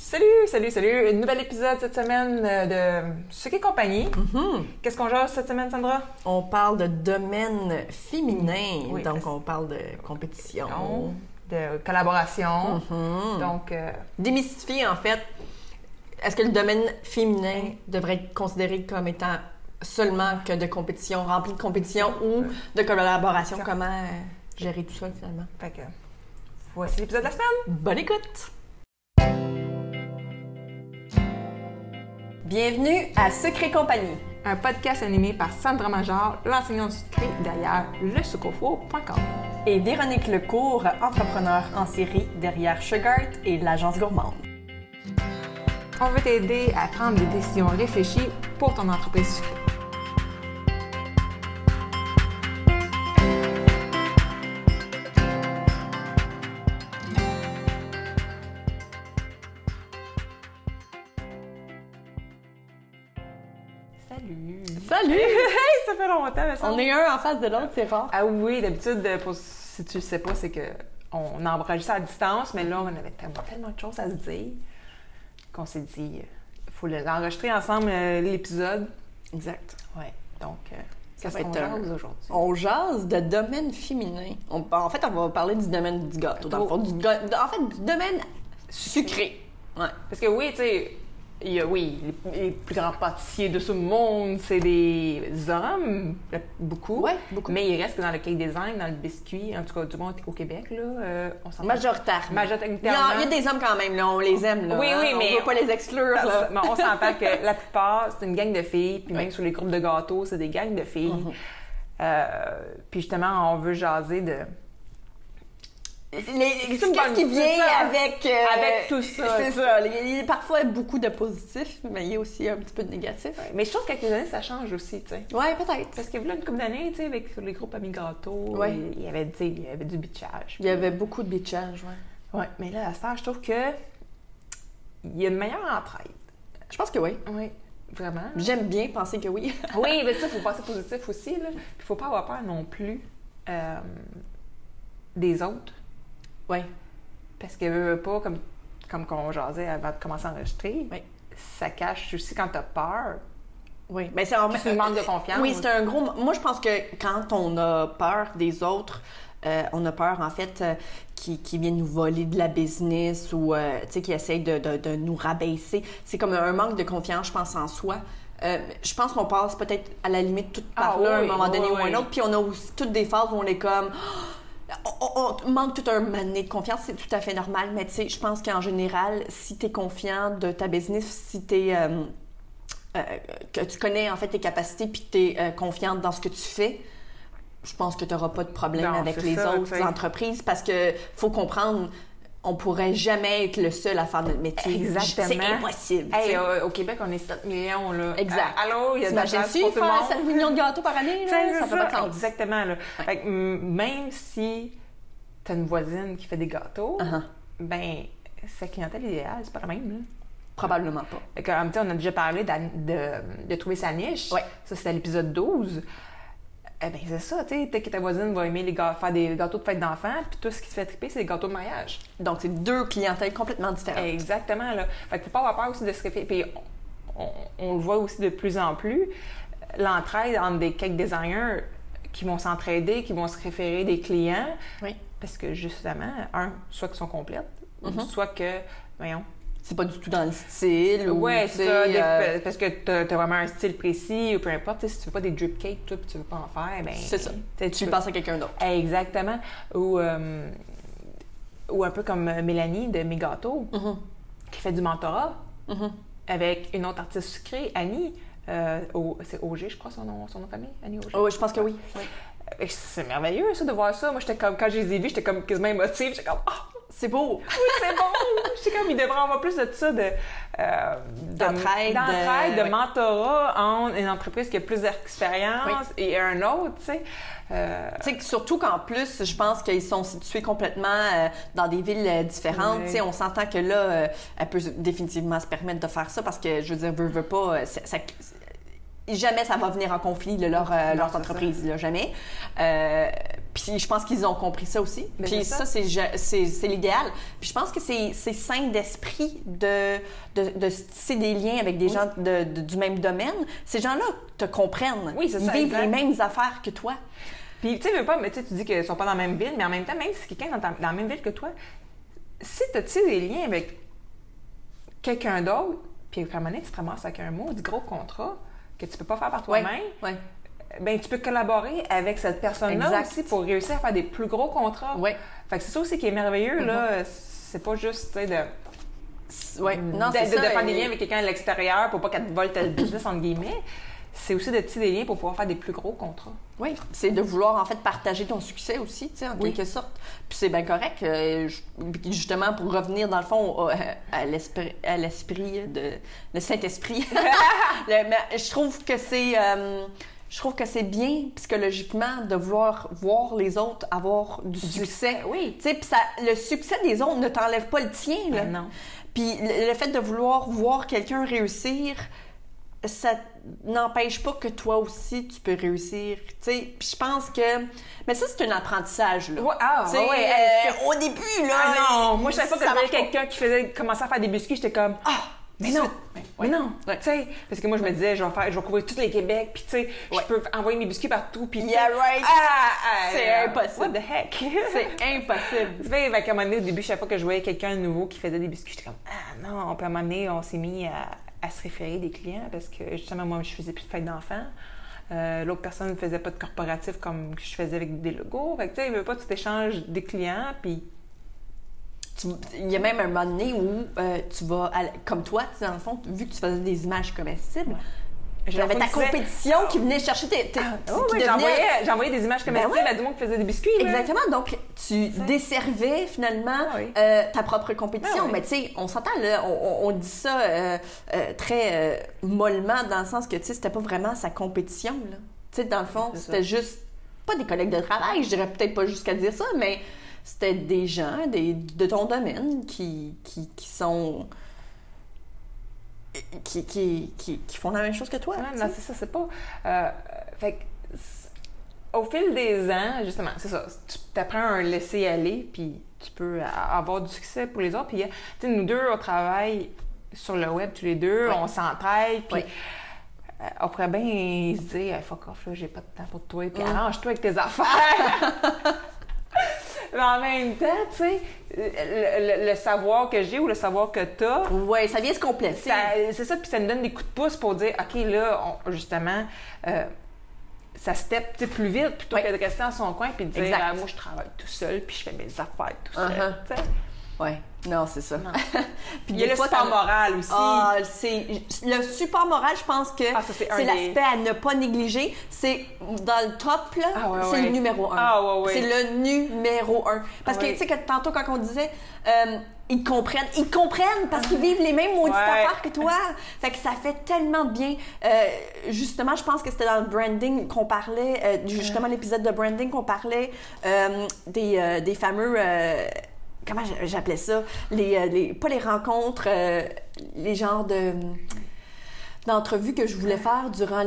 Salut! Un nouvel épisode cette semaine de Sucre et compagnie. Qu'est-ce qu'on jase cette semaine, Sandra? On parle de domaine féminin, Oui, donc on parle de compétition. De collaboration. Donc, Démystifier, en fait, est-ce que le domaine féminin devrait être considéré comme étant seulement que de compétition, rempli de compétition ou de collaboration? Comment gérer tout ça, finalement? fait que, voici l'épisode de la semaine. Bonne écoute! Bienvenue à Secret Compagnie. Un podcast animé par Sandra Major, l'enseignante du sucré derrière lesucrefour.com. Et Véronique Lecourt, entrepreneur en série derrière Sugart et l'agence gourmande. On veut t'aider à prendre des décisions réfléchies pour ton entreprise sucrée. Salut! Hey, ça fait longtemps, mais ça. On est un en face de l'autre, c'est rare. Ah oui, d'habitude, si tu le sais pas, c'est qu'on enregistrait à distance, mais là, on avait tellement de choses à se dire qu'on s'est dit, il faut l'enregistrer ensemble, l'épisode. Exact. Ouais. Donc, Ça qu'est-ce va qu'on être jase aujourd'hui? On jase de domaine féminin. En fait, on va parler du domaine du gâteau. Dans le fond, du domaine sucré. Ouais. Parce que oui, tu sais, les plus grands pâtissiers de ce monde, c'est des hommes, beaucoup. Ouais, beaucoup. Mais il reste que dans le cake design, dans le biscuit, en tout cas, du moins au Québec, là, on s'en Majoritairement. Majoritairement. Il y a des hommes quand même, là, on les aime. Là, Oui, hein? mais on ne veut pas les exclure. Là. Mais on s'entend que la plupart, c'est une gang de filles, puis même sur les groupes de gâteaux, c'est des gangs de filles. Puis justement, on veut jaser de... Qu'est-ce qui vient avec tout ça. C'est ça. Il y a parfois beaucoup de positifs, mais il y a aussi un petit peu de négatifs. Mais je trouve qu'avec les années, ça change aussi, tu sais. Ouais, peut-être. Parce que là, une couple d'années, tu sais, avec les groupes amis gâteaux, il y avait du bitchage. Il y avait beaucoup de bitchage, ouais. Ouais, mais là, à ce temps, je trouve que il y a une meilleure entraide. Je pense que oui. Oui, vraiment. J'aime bien penser que oui. Oui, mais ça, il faut penser positif aussi, là. Puis il faut pas avoir peur non plus des autres. Oui. Parce que pas, comme qu'on jasait avant de commencer à enregistrer, ça cache aussi quand t'as peur. Oui. Mais c'est un manque de confiance. Oui, c'est un gros... Moi, je pense que quand on a peur des autres, on a peur, en fait, qui viennent nous voler de la business ou, tu sais, qui essayent de nous rabaisser. C'est comme un manque de confiance, je pense, en soi. Je pense qu'on passe peut-être à la limite tout par là, à un moment donné ou un autre. Puis on a aussi toutes des phases où on est comme... On manque tout un mané de confiance, c'est tout à fait normal, mais tu sais, je pense qu'en général, si tu es confiant de ta business, si tu que tu connais en fait tes capacités puis que tu es confiante dans ce que tu fais, je pense que tu n'auras pas de problème avec les autres entreprises parce que faut comprendre, on pourrait jamais être le seul à faire notre métier. Exactement. C'est impossible. Hey, au Québec, on est 7 millions, là. Exact. Allô, il y a de la place pour tout le monde. 7 millions de gâteaux par année, là, ça fait pas de sens. Exactement, là. Fait que, même si tu as une voisine qui fait des gâteaux, ben, sa clientèle idéale, c'est pas la même, là. Probablement pas. Fait que, on a déjà parlé de trouver sa niche. Ouais. Ça, c'était à l'épisode 12. Eh bien, c'est ça, tu sais, peut-être que ta voisine va aimer faire des gâteaux de fête d'enfants, puis tout ce qui te fait triper, c'est des gâteaux de mariage. Donc, c'est deux clientèles complètement différentes. Exactement, là. Fait qu'il faut pas avoir peur aussi de se référer. Puis, on le voit aussi de plus en plus, l'entraide entre des cake designers qui vont s'entraider, qui vont se référer des clients. Oui. Parce que, justement, soit qu'ils sont complètes, soit que, voyons, c'est pas du tout dans le style. Oui, c'est ça. Parce que t'as vraiment un style précis ou peu importe. Si tu veux pas des drip cakes, toi, puis tu veux pas en faire, ben c'est ça. Tu le passes à quelqu'un d'autre. Exactement. Ou un peu comme Mélanie de Mes Gâteaux, qui fait du mentorat avec une autre artiste sucrée, Annie. C'est Auger, je crois, son nom de famille, Annie Auger. Oh, je pense que oui. C'est merveilleux, ça, de voir ça. Moi, j'étais comme, quand je les ai vus, j'étais comme quasiment émotive. J'étais comme, c'est beau! Oui, c'est beau! J'étais comme, il devrait avoir plus de ça, d'entraide, de mentorat entre une entreprise qui a plus d'expérience et un autre, tu sais. Tu sais, surtout qu'en plus, je pense qu'ils sont situés complètement dans des villes différentes. Tu sais, on s'entend que là, elle peut définitivement se permettre de faire ça parce que, je veux dire, veut pas... jamais ça va venir en conflit, là, leur entreprise, là, jamais. Puis je pense qu'ils ont compris ça aussi. Puis ça, c'est l'idéal. Puis je pense que c'est sain d'esprit de tisser des liens avec des gens du même domaine. Ces gens-là te comprennent. Oui, c'est Ils ça, vivent exact. les mêmes affaires que toi. Puis, tu sais, mais tu dis qu'ils sont pas dans la même ville, mais en même temps, même si quelqu'un est dans la même ville que toi, si tu tissé des liens avec quelqu'un d'autre, puis à un moment donné, tu te ramasses avec un mot du gros contrat que tu peux pas faire par toi-même, ben tu peux collaborer avec cette personne-là aussi pour réussir à faire des plus gros contrats. Oui. Fait que c'est ça aussi qui est merveilleux, là. C'est pas juste, tu sais, de faire des liens avec quelqu'un à l'extérieur pour pas qu'elle te vole ta business, entre guillemets. C'est aussi de tisser des liens pour pouvoir faire des plus gros contrats. Oui, c'est de vouloir, en fait, partager ton succès aussi, tu sais, en quelque sorte. Puis c'est bien correct. Justement, pour revenir, dans le fond, à l'esprit le Saint-Esprit, je trouve que c'est bien, psychologiquement, de vouloir voir les autres avoir du succès. Oui. Tu sais, puis le succès des autres ne t'enlève pas le tien, là. Ben non. Puis le fait de vouloir voir quelqu'un réussir, ça n'empêche pas que toi aussi, tu peux réussir. Tu sais, puis je pense que... Mais ça, c'est un apprentissage, là. Au début, là... Ah non! Moi, je savais pas que j'avais quelqu'un qui commençait à faire des biscuits. J'étais comme... Mais non! Mais non! Tu sais, parce que moi, je me disais, je vais couvrir tout les Québec, puis tu sais, je peux envoyer mes biscuits partout, puis c'est impossible. What the heck? C'est impossible. Tu sais, à un moment donné, au début, chaque fois que je voyais quelqu'un de nouveau qui faisait des biscuits, j'étais comme, ah non! Puis à un moment donné, on s'est mis à se référer des clients, parce que justement, moi, je faisais plus de fêtes d'enfants. L'autre personne ne faisait pas de corporatif comme je faisais avec des logos. Fait que tu sais, il veut pas que tu t'échanges des clients, puis... Il y a même un moment donné où tu vas, comme toi, dans le fond, vu que tu faisais des images comestibles, j'avais ta compétition qui venait chercher tes j'envoyais des images comestibles à du monde qui faisait des biscuits. Exactement. Donc, tu desservais finalement ta propre compétition. Mais tu sais, on s'entend, là, on dit ça très mollement dans le sens que, tu sais, c'était pas vraiment sa compétition, là. Tu sais, dans le fond, c'était juste pas des collègues de travail, je dirais peut-être pas jusqu'à dire ça, mais c'était des gens de ton domaine qui sont... Qui font la même chose que toi. Non, c'est ça, c'est pas... fait que, au fil des ans, justement, c'est ça, tu apprends à laisser aller, puis tu peux avoir du succès pour les autres. Puis, tu sais, nous deux, on travaille sur le web tous les deux, on s'entraide, puis... on pourrait bien se dire, fuck off, là, j'ai pas de temps pour toi, puis arrange-toi avec tes affaires. Mais en même temps, tu sais, le savoir que j'ai ou le savoir que t'as... Oui, ça vient se compléter. C'est ça, puis ça nous donne des coups de pouce pour dire, OK, là, justement, ça step plus vite plutôt que de rester dans son coin puis de dire, moi, je travaille tout seul puis je fais mes affaires tout seul, tu sais. Oui, non, c'est ça. Puis il y a le support moral aussi. Le support moral, je pense que c'est l'aspect à ne pas négliger. C'est dans le top, là, c'est le numéro 1. C'est le numéro 1. Parce que, tu sais, tantôt, quand on disait... ils comprennent parce qu'ils vivent les mêmes maudites affaires que toi. Fait que ça fait tellement bien. Justement, je pense que c'était dans le branding qu'on parlait, justement l'épisode de branding qu'on parlait des fameux... comment j'appelais ça? Pas les rencontres, les genres d'entrevues que je voulais faire durant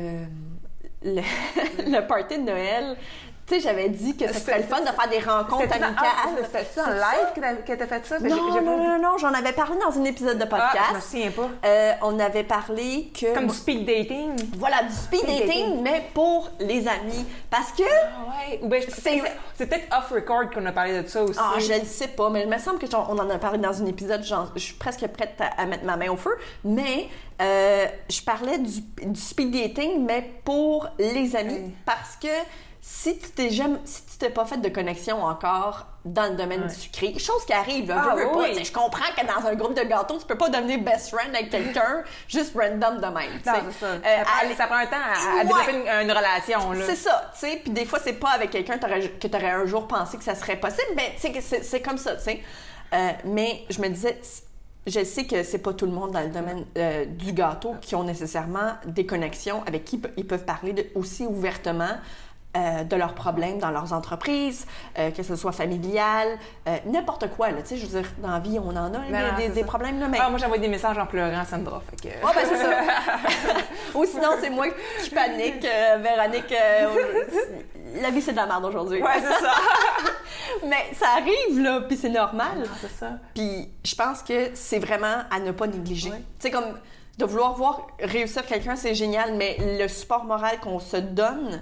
le party de Noël. Tu sais, j'avais dit que c'était le fun de faire des rencontres amicales. C'était-tu en live que t'as fait ça? Non, j'en avais parlé dans un épisode de podcast. Je me souviens pas. On avait parlé que... Comme du speed dating. Voilà, du speed dating, mais pour les amis. Parce que... c'est peut-être off-record qu'on a parlé de ça aussi. Je ne sais pas, mais il me semble qu'on en a parlé dans un épisode, je suis presque prête à mettre ma main au feu, mais je parlais du speed dating, mais pour les amis, parce que si tu t'es pas fait de connexion encore dans le domaine du sucré, chose qui arrive, là, je comprends que dans un groupe de gâteaux, tu peux pas devenir best friend avec quelqu'un juste random de même. Non, c'est ça. Ça prend un temps à développer une relation. Là. C'est ça, tu sais. Puis des fois, c'est pas avec quelqu'un que tu aurais un jour pensé que ça serait possible, mais c'est comme ça, tu sais. Mais je me disais... Je sais que c'est pas tout le monde dans le domaine du gâteau qui ont nécessairement des connexions avec qui ils peuvent parler aussi ouvertement de leurs problèmes dans leurs entreprises, que ce soit familial, n'importe quoi. Là, tu sais, je veux dire, dans la vie, on en a des problèmes. Là, mais... moi, j'envoie des messages en pleurant à Sandra. Fait que... ben c'est ça. Ou sinon, c'est moi qui panique. Véronique, la vie, c'est de la merde aujourd'hui. Ouais, c'est ça. Mais ça arrive, là, puis c'est normal. C'est ça. Puis je pense que c'est vraiment à ne pas négliger. Tu sais, comme de vouloir voir réussir quelqu'un, c'est génial, mais le support moral qu'on se donne...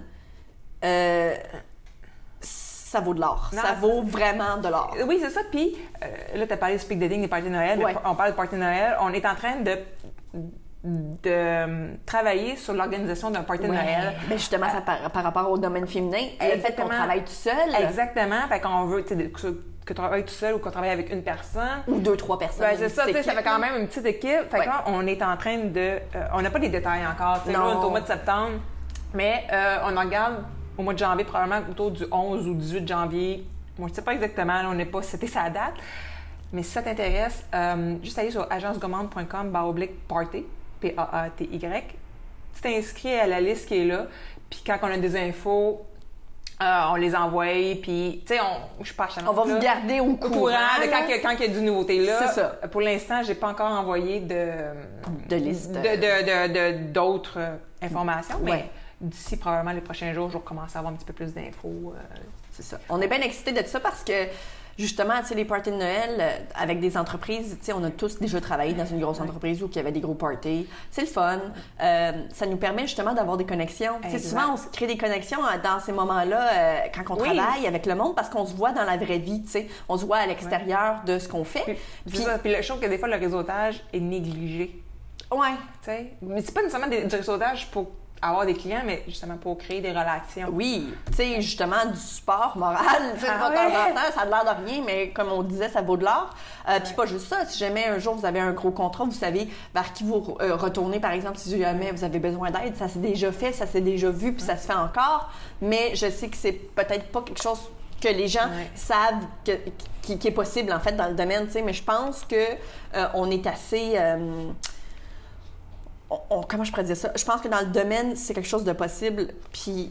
ça vaut de l'or. Ça vaut vraiment de l'or. Oui, c'est ça. Puis là, tu as parlé de speed dating, des parties de Noël. Ouais. On parle de party de Noël. On est en train de travailler sur l'organisation d'un party de Noël. Bien, justement, ça par rapport au domaine féminin, le fait qu'on travaille tout seul. Exactement. Fait qu'on veut que tu travailles tout seul ou qu'on travaille avec une personne. Ou 2-3 personnes. Ben, c'est ça, ça fait quand même une petite équipe. Fait que là, on est en train de... on n'a pas les détails encore. Là, on est au mois de septembre. Mais on en regarde au mois de janvier, probablement autour du 11 ou 18 janvier. Moi, je ne sais pas exactement, là, on n'est pas c'était sa date. Mais si ça t'intéresse, juste aller sur agencegourmande.com/party, P-A-A-T-Y. Tu t'inscris à la liste qui est là. Puis quand on a des infos, on les envoie. Puis, tu sais, je suis pas acharnée. On va vous garder au courant de quand il y a du nouveauté là. C'est ça. Pour l'instant, j'ai pas encore envoyé de liste. D'autres informations. Mais ouais. D'ici probablement les prochains jours, je vais recommencer à avoir un petit peu plus d'infos. C'est ça. On est bien excités de ça parce que justement, tu sais, les parties de Noël avec des entreprises, tu sais, on a tous déjà travaillé dans une grosse entreprise où il y avait des gros parties. C'est le fun. Ça nous permet justement d'avoir des connexions. Tu sais, souvent, on se crée des connexions dans ces moments-là quand on travaille avec le monde parce qu'on se voit dans la vraie vie, tu sais. On se voit à l'extérieur de ce qu'on fait. Puis je trouve que des fois, le réseautage est négligé. Ouais. Tu sais, mais c'est pas nécessairement du réseautage pour avoir des clients, mais justement pour créer des relations. Oui, tu sais, justement, du support moral, de temps en temps, ça a l'air de rien, mais comme on disait, ça vaut de l'or. Puis pas juste ça, si jamais un jour vous avez un gros contrat, vous savez vers qui vous retournez, par exemple, si jamais vous avez besoin d'aide, ça s'est déjà fait, ça s'est déjà vu, puis ça se fait encore, mais je sais que c'est peut-être pas quelque chose que les gens savent qui est possible, en fait, dans le domaine, tu sais, mais je pense que on est assez... comment je pourrais dire ça? Je pense que dans le domaine, c'est quelque chose de possible. Puis,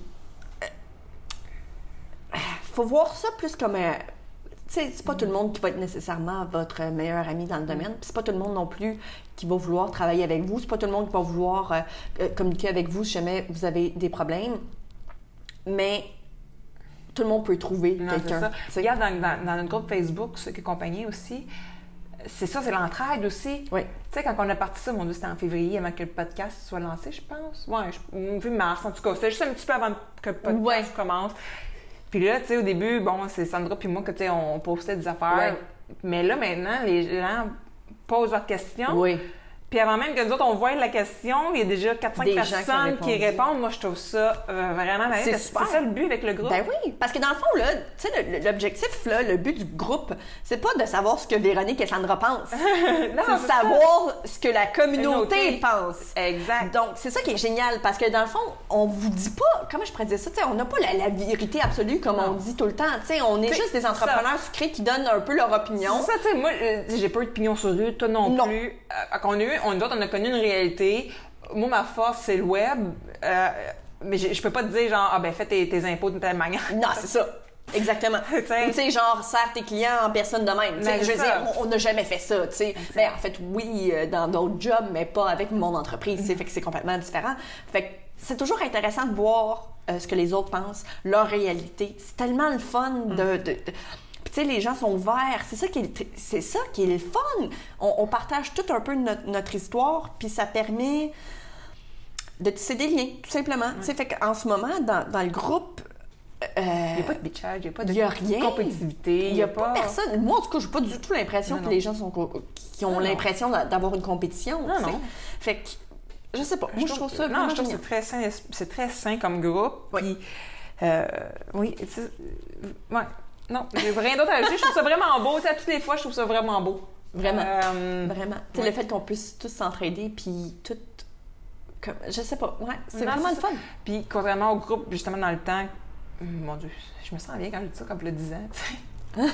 faut voir ça plus comme... tu sais, c'est pas tout le monde qui va être nécessairement votre meilleur ami dans le domaine. Puis c'est pas tout le monde non plus qui va vouloir travailler avec vous. C'est pas tout le monde qui va vouloir communiquer avec vous si jamais vous avez des problèmes. Mais tout le monde peut trouver quelqu'un. Regarde, dans notre groupe Facebook, ce qui est compagnie aussi... C'est ça, c'est l'entraide aussi. Oui. Tu sais, quand on a parti ça, mon Dieu, c'était en février, avant que le podcast soit lancé, je pense. Ouais, vu mars, en tout cas. C'était juste un petit peu avant que le podcast commence. Puis là, tu sais, au début, bon, c'est Sandra puis moi que, tu sais, on postait des affaires. Ouais. Mais là, maintenant, les gens posent leurs questions. Oui. Puis avant même que nous autres, on voie la question, il y a déjà 4-5 personnes qui répondent. Moi, je trouve ça vraiment malin. C'est ça le but avec le groupe. Ben oui, parce que dans le fond, là, tu sais, l'objectif, là, le but du groupe, c'est pas de savoir ce que Véronique et Sandra pensent. C'est savoir ce que la communauté pense. Exact. Donc, c'est ça qui est génial, parce que dans le fond, on vous dit pas, comment je pourrais dire ça, tu sais, on n'a pas la vérité absolue comme on dit tout le temps. Tu sais, on est juste des entrepreneurs sucrés qui donnent un peu leur opinion. C'est ça, tu sais, moi, j'ai pas eu d'opinion sur eux, toi non plus. On a connu une réalité. Moi, ma force, c'est le web. Mais je peux pas te dire, genre, fais tes impôts d'une telle manière. Non, c'est ça. Exactement. Tu sais, genre, sers tes clients en personne de même. Je veux dire, on n'a jamais fait ça, tu sais. Mais en fait, oui, dans d'autres jobs, mais pas avec mon entreprise. Fait que c'est complètement différent. Fait que c'est toujours intéressant de voir ce que les autres pensent, leur réalité. C'est tellement le fun de tu sais, les gens sont ouverts. C'est ça qui est le fun. On partage tout un peu notre histoire, puis ça permet de tisser des liens, tout simplement. Tu sais, fait qu'en ce moment, dans le groupe... il n'y a pas de bitchage, il n'y a pas de rien. Compétitivité. Il n'y a pas personne. Moi, en tout cas, je n'ai pas du tout l'impression que les gens ont l'impression d'avoir une compétition. Non. Fait que, je sais pas. Moi, je trouve ça vraiment génial. C'est très sain comme groupe. Oui. Puis, oui. Ouais. Non, j'ai rien d'autre à ajouter. Je trouve ça vraiment beau. T'sais, toutes les fois, je trouve ça vraiment beau. Vraiment. Vraiment. Tu sais, le fait qu'on puisse tous s'entraider, puis tout... je sais pas. Ouais, c'est vraiment le fun. Puis, contrairement au groupe, justement, dans le temps... Mon Dieu, je me sens bien quand je dis ça, comme le 10 ans,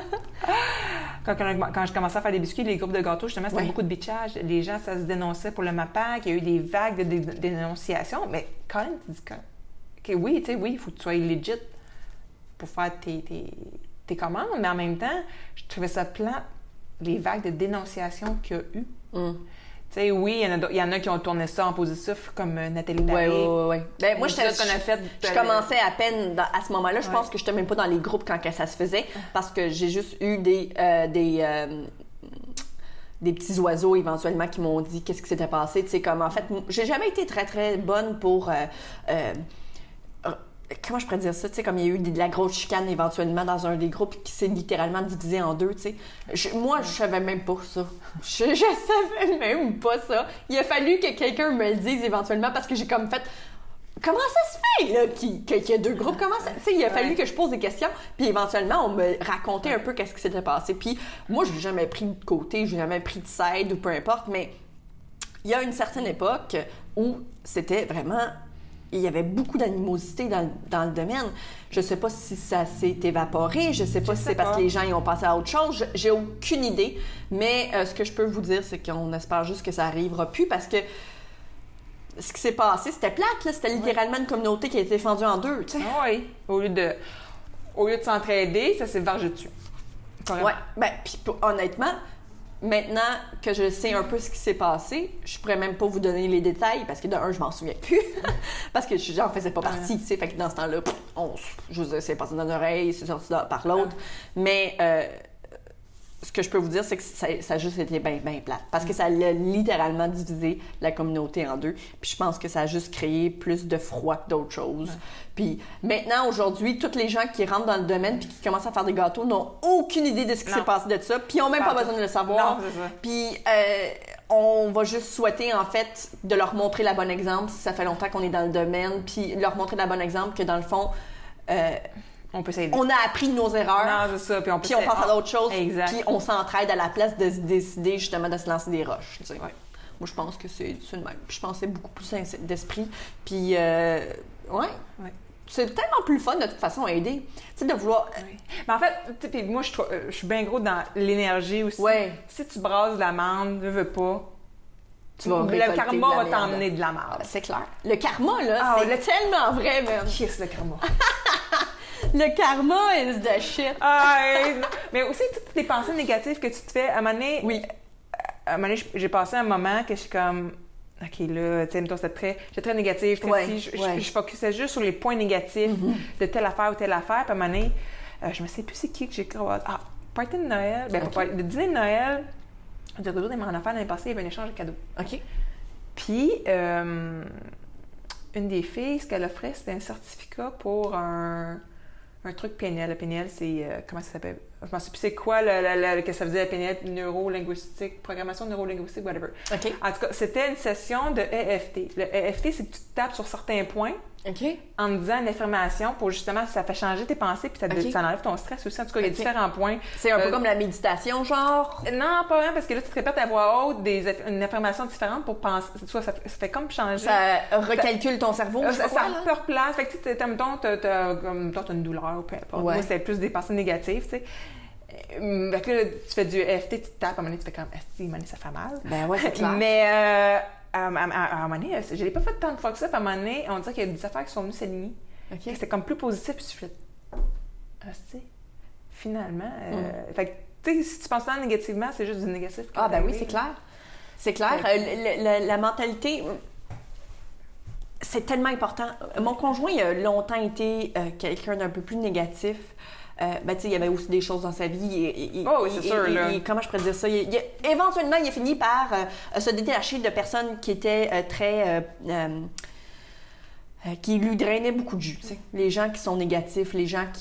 quand je commençais à faire des biscuits, les groupes de gâteaux, justement, c'était beaucoup de bitchage. Les gens, ça se dénonçait pour le MAPAC. Il y a eu des vagues de dénonciations. Mais quand même, tu dis oui, tu sais, oui, il faut que tu sois legit pour faire tes commandes, mais en même temps, je trouvais ça plate, les vagues de dénonciation qu'il y a eu. Tu sais, oui, il y en a qui ont tourné ça en positif, comme Nathalie Daré. Oui. Ben, moi, je commençais à peine à ce moment-là. Je pense que je n'étais même pas dans les groupes quand ça se faisait, parce que j'ai juste eu des petits oiseaux, éventuellement, qui m'ont dit qu'est-ce qui s'était passé. Tu sais, comme, en fait, j'ai jamais été très, très bonne pour... comment je pourrais dire ça? Tu sais, comme il y a eu de la grosse chicane éventuellement dans un des groupes qui s'est littéralement divisé en deux, tu sais. Moi, je savais même pas ça. Je savais même pas ça. Il a fallu que quelqu'un me le dise éventuellement parce que j'ai comme fait... Comment ça se fait, là, qu'il y a deux groupes? Comment ça... Tu sais, il a fallu que je pose des questions, puis éventuellement, on me racontait un peu qu'est-ce qui s'était passé. Puis moi, je n'ai jamais pris de côté, je n'ai jamais pris de side ou peu importe, mais il y a une certaine époque où c'était vraiment... Il y avait beaucoup d'animosité dans le domaine. Je sais pas si ça s'est évaporé, je sais pas si c'est parce que les gens y ont passé à autre chose, j'ai aucune idée, mais ce que je peux vous dire, c'est qu'on espère juste que ça arrivera plus parce que ce qui s'est passé, c'était plate, là. C'était littéralement une communauté qui a été fendue en deux, tu sais. Oui, au lieu de s'entraider, ça s'est vargé dessus. Oui, bien, puis honnêtement, maintenant que je sais un peu ce qui s'est passé, je pourrais même pas vous donner les détails parce que de un, je m'en souviens plus. parce que j'en faisais pas partie, tu sais. Fait que dans ce temps-là, je vous dis, c'est passé dans une oreille, c'est sorti par l'autre. Mais ce que je peux vous dire, c'est que ça a juste été bien plate. Parce que ça a littéralement divisé la communauté en deux. Puis je pense que ça a juste créé plus de froid que d'autres choses. Puis maintenant, aujourd'hui, tous les gens qui rentrent dans le domaine puis qui commencent à faire des gâteaux n'ont aucune idée de ce qui s'est passé de ça. Puis ils n'ont même pas besoin de le savoir. Non, c'est ça. Puis on va juste souhaiter, en fait, de leur montrer la bonne exemple si ça fait longtemps qu'on est dans le domaine. Puis leur montrer la bonne exemple que, dans le fond... on peut s'aider. On a appris de nos erreurs. Non, c'est ça. Puis on passe à d'autres choses. Exact. Puis on s'entraide à la place de se décider justement de se lancer des roches. Tu sais. Ouais. Moi, je pense que c'est le même. Puis je pensais beaucoup plus d'esprit. Puis, ouais. C'est tellement plus fun de toute façon à aider. Tu sais, de vouloir. Mais en fait, moi, je suis bien gros dans l'énergie aussi. Ouais. Si tu brasses de l'amande, ne veux pas. Le karma va t'emmener de la merde. C'est clair. Le karma, là, c'est tellement vrai, même. Kiss le karma. Le karma is the shit. Mais aussi, toutes les pensées négatives que tu te fais, à un moment donné... Oui. À un moment donné, j'ai passé un moment que je suis comme... OK, là, tu sais, mettons, j'étais très négative. Je focusais juste sur les points négatifs de telle affaire ou telle affaire. Puis à un moment donné, je me sais plus c'est qui que j'ai croisé. Party de Noël. Le dîner de Noël, de retour dans mon affaire l'année passée, il y avait un échange de cadeaux. OK. Puis, une des filles, ce qu'elle offrait, c'était un certificat pour un truc PNL. Le PNL, c'est... comment ça s'appelle? Je ne sais plus c'est quoi que ça faisait, la PNL, neurolinguistique, programmation neurolinguistique, whatever. OK. En tout cas, c'était une session de EFT. Le EFT, c'est que tu te tapes sur certains points en disant une affirmation pour justement, ça fait changer tes pensées puis ça enlève ton stress aussi. En tout cas, il y a différents points. C'est un peu comme la méditation, genre? Non, pas vraiment, parce que là, tu te répètes à voix haute une affirmation différente pour penser. Ça fait comme changer. Ça recalcule ton cerveau. Ça replace. Fait que tu sais, mettons, t'as une douleur ou peu importe. Moi, c'était plus des pensées négatives, tu sais. Fait que là, tu fais du EFT, tu te tapes, à un moment donné, tu fais comme, à un moment donné, ça fait mal. Ben ouais, c'est clair. Mais à un moment donné, je l'ai pas fait tant de fois que ça, puis à un moment donné, on dirait qu'il y a des affaires qui sont venues s'aligner. C'était comme plus positif, puis je fais, finalement. Fait que, tu sais, si tu penses tant négativement, c'est juste du négatif. Ben oui, c'est clair. C'est clair. La mentalité. C'est tellement important. Mon conjoint, il a longtemps été quelqu'un d'un peu plus négatif. Tu sais, il y avait aussi des choses dans sa vie. C'est sûr, là. Comment je pourrais dire ça? Éventuellement, il a fini par se détacher de personnes qui étaient très... qui lui drainaient beaucoup de jus, tu sais. Les gens qui sont négatifs, les gens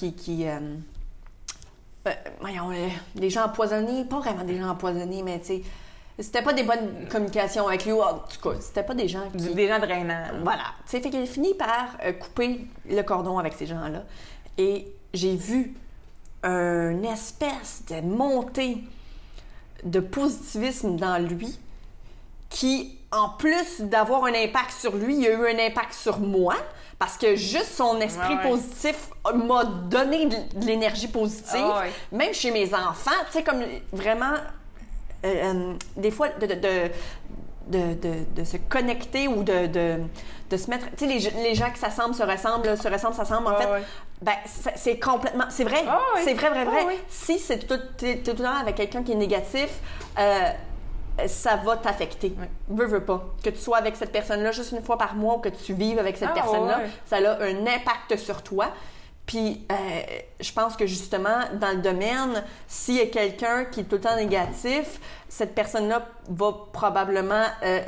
les gens empoisonnés, pas vraiment des gens empoisonnés, mais tu sais... C'était pas des bonnes communications avec lui, en tout cas, c'était pas des gens qui... Des gens drainants. Voilà. Tu sais, fait qu'il a fini par couper le cordon avec ces gens-là. Et j'ai vu une espèce de montée de positivisme dans lui qui, en plus d'avoir un impact sur lui, il a eu un impact sur moi parce que juste son esprit positif m'a donné de l'énergie positive. Même chez mes enfants, tu sais, comme vraiment... des fois, de se connecter ou de se mettre... Tu sais, les gens qui s'assemblent, se ressemblent, s'assemblent. En fait, ben, c'est complètement... C'est vrai. C'est vrai. Si c'est t'es tout le temps avec quelqu'un qui est négatif, ça va t'affecter. Veux pas. Que tu sois avec cette personne-là juste une fois par mois ou que tu vives avec cette personne-là, ça a un impact sur toi. Puis, je pense que justement, dans le domaine, s'il y a quelqu'un qui est tout le temps négatif, cette personne-là va probablement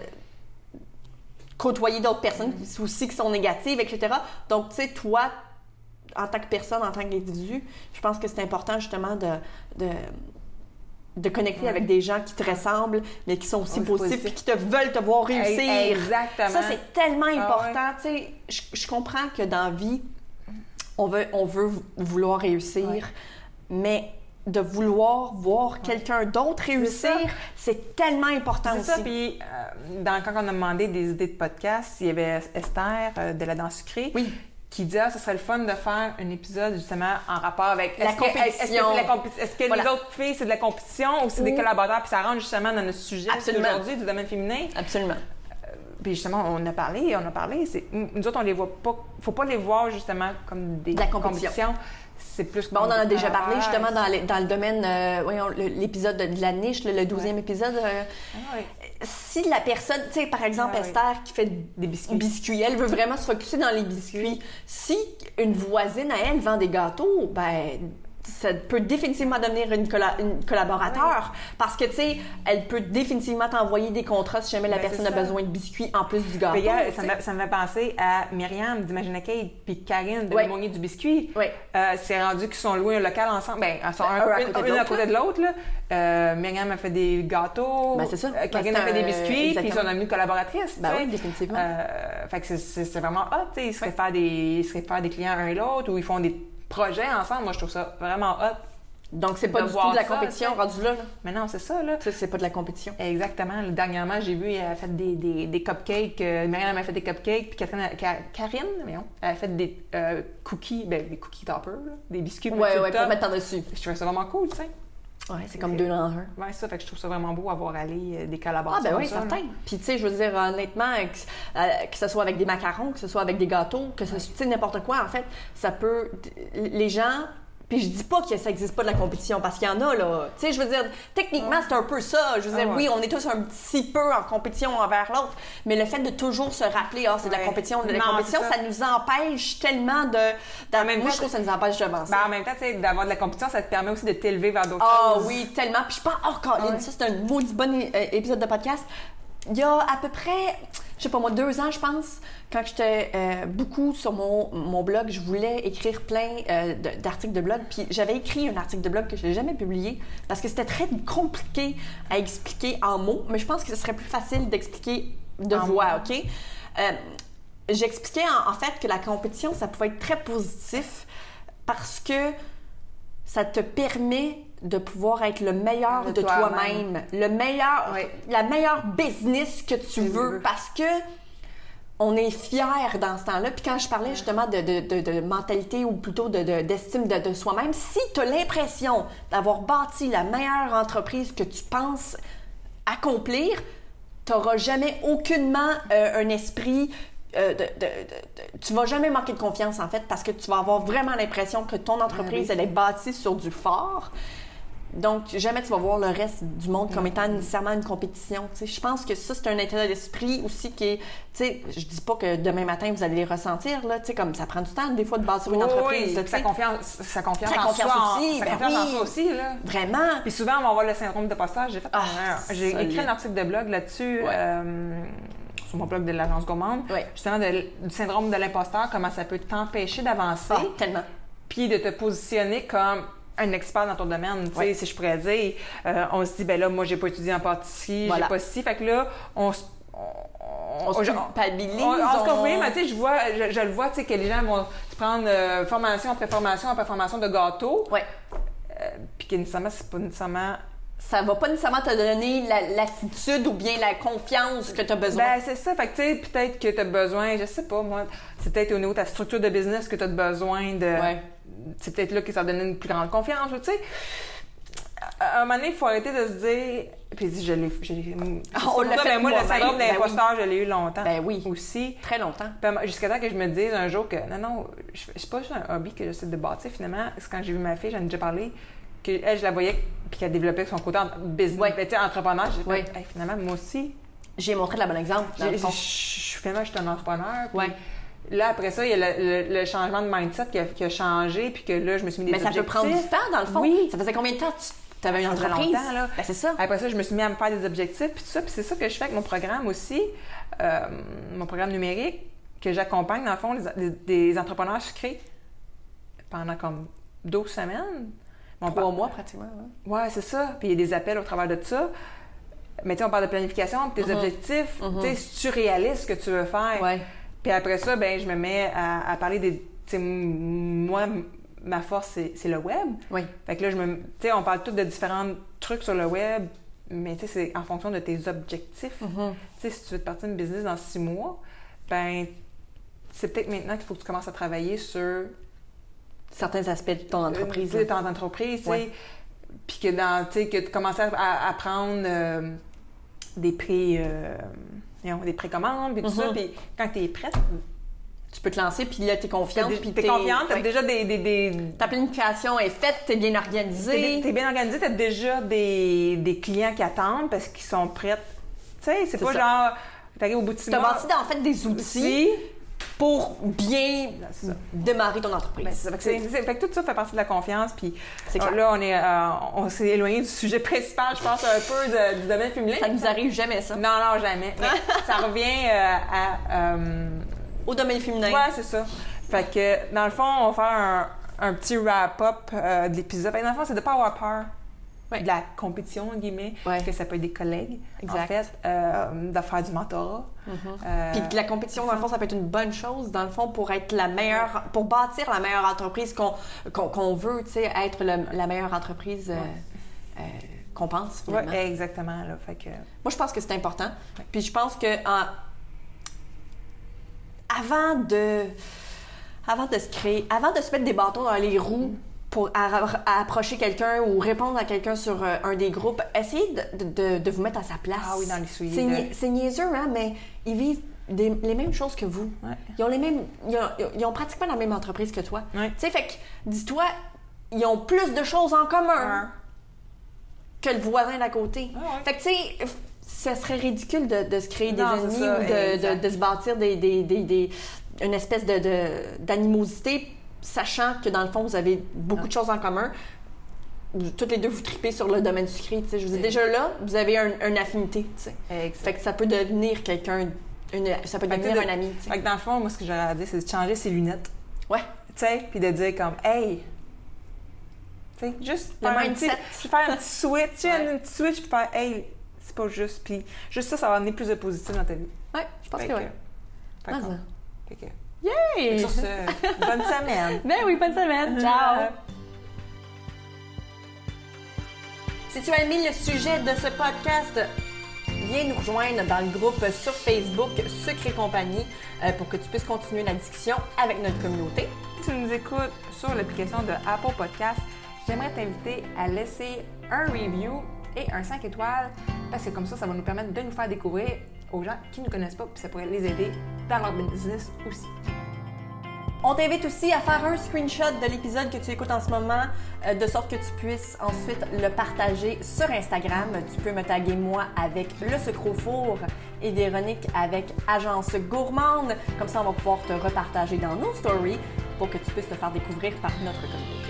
côtoyer d'autres personnes aussi qui sont négatives, etc. Donc, tu sais, toi, en tant que personne, en tant qu'individu, je pense que c'est important justement de connecter avec des gens qui te ressemblent, mais qui sont aussi positifs et qui te veulent te voir réussir. Exactement. Ça, c'est tellement important. Tu sais, je comprends que dans la vie, on veut vouloir réussir, mais de vouloir voir quelqu'un d'autre réussir, c'est tellement important aussi. C'est ça, puis quand on a demandé des idées de podcast, il y avait Esther de La Danse Sucrée qui dit « ce serait le fun de faire un épisode justement en rapport avec... La compétition. Est-ce que les autres filles, c'est de la compétition ou c'est des collaborateurs? » Puis ça rentre justement dans notre sujet d'aujourd'hui, du domaine féminin. Absolument. Puis justement, on a parlé. Nous autres, on les voit pas... Faut pas les voir justement comme des compétitions. C'est plus... on en a déjà parlé justement dans le domaine... l'épisode de la niche, le 12e épisode. Si la personne... Tu sais, par exemple, Esther qui fait des biscuits, elle veut vraiment se focusser dans les biscuits. Si une voisine à elle vend des gâteaux, ben... ça peut définitivement devenir une collaborateur parce que, tu sais, elle peut définitivement t'envoyer des contrats si jamais la personne a besoin de biscuits en plus du gâteau. Ça me fait penser à Myriam d'Imagine Kate puis Karine de Lemonnier du Biscuit. C'est rendu qu'ils sont loués un local ensemble. Ben, ils sont un à côté de l'autre. Myriam a fait des gâteaux. Ben, c'est ça. Karine a fait des biscuits, puis ils sont devenus collaboratrices. Ben oui, définitivement. Fait que c'est vraiment hot, tu sais. Ils se réfèrent des clients un et l'autre ou ils font des projets ensemble. Moi, je trouve ça vraiment hot. Donc, c'est pas du tout de la compétition rendu là. Mais non, c'est ça, là. Ça, c'est pas de la compétition. Exactement. Dernièrement, j'ai vu, elle a fait des cupcakes. Myriam a fait des cupcakes. Puis Karine, elle a fait des cookies, des cookies toppers, des biscuits pour mettre par-dessus. Je trouvais ça vraiment cool, tu sais. Ouais, c'est comme 2 dans 1. Ouais, ça, fait que je trouve ça vraiment beau avoir allé des collaborations. Ah, ben oui, certain. Puis, tu sais, je veux dire, honnêtement, que ce soit avec des macarons, que ce soit avec des gâteaux, que ce soit, tu sais, n'importe quoi, en fait, ça peut. Les gens. Puis je dis pas que ça existe pas de la compétition, parce qu'il y en a, là. Tu sais, je veux dire, techniquement, c'est un peu ça. Je veux dire, oui, on est tous un petit peu en compétition envers l'autre, mais le fait de toujours se rappeler, c'est de la compétition, ça nous empêche tellement de... Moi, je trouve que ça nous empêche d'avancer. En même temps, tu sais, d'avoir de la compétition, ça te permet aussi de t'élever vers d'autres choses. Ah oui, tellement. Puis je pense, Colin, ça, c'est un maudit bon épisode de podcast. Il y a à peu près, je sais pas moi, 2 ans, je pense, quand j'étais beaucoup sur mon blog, je voulais écrire plein d'articles de blog. Puis j'avais écrit un article de blog que je n'ai jamais publié parce que c'était très compliqué à expliquer en mots. Mais je pense que ce serait plus facile d'expliquer de voix, OK? J'expliquais en fait que la compétition, ça pouvait être très positif parce que ça te permet de pouvoir être le meilleur de toi-même, la meilleure business que tu veux, parce que on est fiers dans ce temps-là. Puis quand je parlais justement de mentalité ou plutôt d'estime de soi-même, si tu as l'impression d'avoir bâti la meilleure entreprise que tu penses accomplir, tu n'auras jamais aucunement un esprit... tu vas jamais manquer de confiance en fait, parce que tu vas avoir vraiment l'impression que ton entreprise elle est bâtie sur du fort. Donc, jamais tu vas voir le reste du monde comme étant nécessairement une compétition. T'sais. Je pense que ça, c'est un état d'esprit aussi qui est... Tu sais, je dis pas que demain matin, vous allez les ressentir, là. Tu sais, comme ça prend du temps, des fois, de bâtir une entreprise. Oui, sa confiance en soi aussi, là. Vraiment. Puis souvent, on va avoir le syndrome de postage. J'ai écrit un article de blog là-dessus... sur mon blog de l'Agence Gourmande, justement du syndrome de l'imposteur, comment ça peut t'empêcher d'avancer. Tellement. Puis de te positionner comme un expert dans ton domaine, tu sais, si je pourrais dire. On se dit, ben là, moi, j'ai pas étudié en pâtisserie, j'ai pas ci. Fait que là, on se culpabilise. On se culpabilise, mais tu sais, je le vois, tu sais, que les gens vont prendre formation après formation de gâteau. Puis que nécessairement, c'est pas nécessairement... Ça va pas nécessairement te donner l'attitude ou bien la confiance que tu as besoin. Ben, c'est ça. Fait que, tu sais, peut-être que tu as besoin, je sais pas, moi, c'est peut-être au niveau de ta structure de business que tu as besoin de... C'est peut-être là que ça va donner une plus grande confiance, tu sais. À un moment donné, il faut arrêter de se dire... Puis je l'ai... On l'a fait moi, le syndrome moi-même. d'imposteur, je l'ai eu longtemps. Ben oui. Aussi. Très longtemps. Jusqu'à temps que je me dise un jour que non, c'est pas juste un hobby que j'essaie de bâtir. Finalement, c'est quand j'ai vu ma fille, j'en ai déjà parlé, qu'elle, je la voyais, puis qu'elle développait son côté business, entrepreneur. J'ai fait, hey, finalement, moi aussi... J'ai montré le bon exemple, dans le fond. Finalement, je suis un entrepreneur. Puis là, après ça, il y a le changement de mindset qui a changé, puis que là, je me suis mis des objectifs. Mais ça peut prendre du temps, dans le fond. Oui. Ça faisait combien de temps tu avais une entreprise? Longtemps, là. Ben, c'est ça. Après ça, je me suis mis à me faire des objectifs, puis tout ça. Puis c'est ça que je fais avec mon programme aussi, mon programme numérique, que j'accompagne, dans le fond, des entrepreneurs sucrés pendant comme 12 semaines. 3 mois, pratiquement. Ouais, c'est ça. Puis il y a des appels au travers de ça. Mais tu sais, on parle de planification, puis tes objectifs. Tu sais, si tu réalises ce que tu veux faire. Ouais. Puis après ça, ben je me mets à parler des... Tu sais, moi, ma force, c'est le web. Oui. Fait que là, tu sais, on parle tous de différents trucs sur le web, mais tu sais, c'est en fonction de tes objectifs. Tu sais, si tu veux te partir une business dans 6 mois, ben c'est peut-être maintenant qu'il faut que tu commences à travailler sur... certains aspects de ton entreprise. De ton entreprise, tu sais. Puis que tu commences à prendre des précommandes, puis tout ça. Puis quand tu es prête, tu peux te lancer, puis là, tu es confiante. T'es confiante, t'as déjà Ta planification est faite, t'es bien organisée. T'es bien organisée, t'as déjà des clients qui attendent parce qu'ils sont prêts. Tu sais, c'est pas ça. Genre, t'arrives au bout de 6 mois. T'as bâti, en fait, des outils pour bien démarrer ton entreprise. Ben, fait que tout ça fait partie de la confiance. Puis là, on s'est éloigné du sujet principal, je pense, un peu du domaine féminin. Ça nous arrive jamais, ça. Non, jamais. Mais ça revient au domaine féminin. Ouais, c'est ça. Fait que, dans le fond, on va faire un petit wrap-up de l'épisode. Fait que dans le fond, c'est de ne pas avoir peur de la compétition, entre guillemets. Que ça peut être des collègues, en fait, de faire du mentorat. Puis que la compétition, dans le fond, ça peut être une bonne chose, dans le fond, pour être la meilleure, pour bâtir la meilleure entreprise qu'on veut, tu sais, être la meilleure entreprise qu'on pense, finalement. Oui, exactement. Là, fait que... Moi, je pense que c'est important. Puis je pense que avant de se mettre des bâtons dans les roues pour approcher quelqu'un ou répondre à quelqu'un sur un des groupes, essayez de vous mettre à sa place. Ah oui, dans les souliers. C'est niaiseux, hein, mais ils vivent les mêmes choses que vous. Ils ont pratiquement la même entreprise que toi. Tu sais, fait que, dis-toi, ils ont plus de choses en commun que le voisin d'à côté. Fait que, tu sais, ça serait ridicule de se créer des ennemis ou de se bâtir une espèce d'animosité, sachant que dans le fond, vous avez beaucoup de choses en commun. Toutes les deux, vous tripez sur le domaine sucré. Je vous dis, déjà là, vous avez une affinité. Fait que ça peut devenir ça peut devenir un ami. Fait que dans le fond, moi, ce que j'aurais à dire, c'est de changer ses lunettes. Ouais. Tu sais, puis de dire comme, hey, tu sais, juste faire un petit switch, un petit switch, puis faire, hey, c'est pas juste. Puis juste ça va amener plus de positif dans ta vie. Ouais, je pense que oui. Yay! Sur ce, bonne semaine! Ben oui, bonne semaine! Ciao! Si tu as aimé le sujet de ce podcast, viens nous rejoindre dans le groupe sur Facebook Sucre et compagnie pour que tu puisses continuer la discussion avec notre communauté. Si tu nous écoutes sur l'application de Apple Podcast, j'aimerais t'inviter à laisser un review et un 5 étoiles parce que comme ça va nous permettre de nous faire découvrir aux gens qui ne nous connaissent pas puis ça pourrait les aider dans leur business aussi. On t'invite aussi à faire un screenshot de l'épisode que tu écoutes en ce moment, de sorte que tu puisses ensuite le partager sur Instagram. Tu peux me taguer moi avec Le Sucre au Four et Véronique avec Agence Gourmande. Comme ça, on va pouvoir te repartager dans nos stories pour que tu puisses te faire découvrir par notre communauté.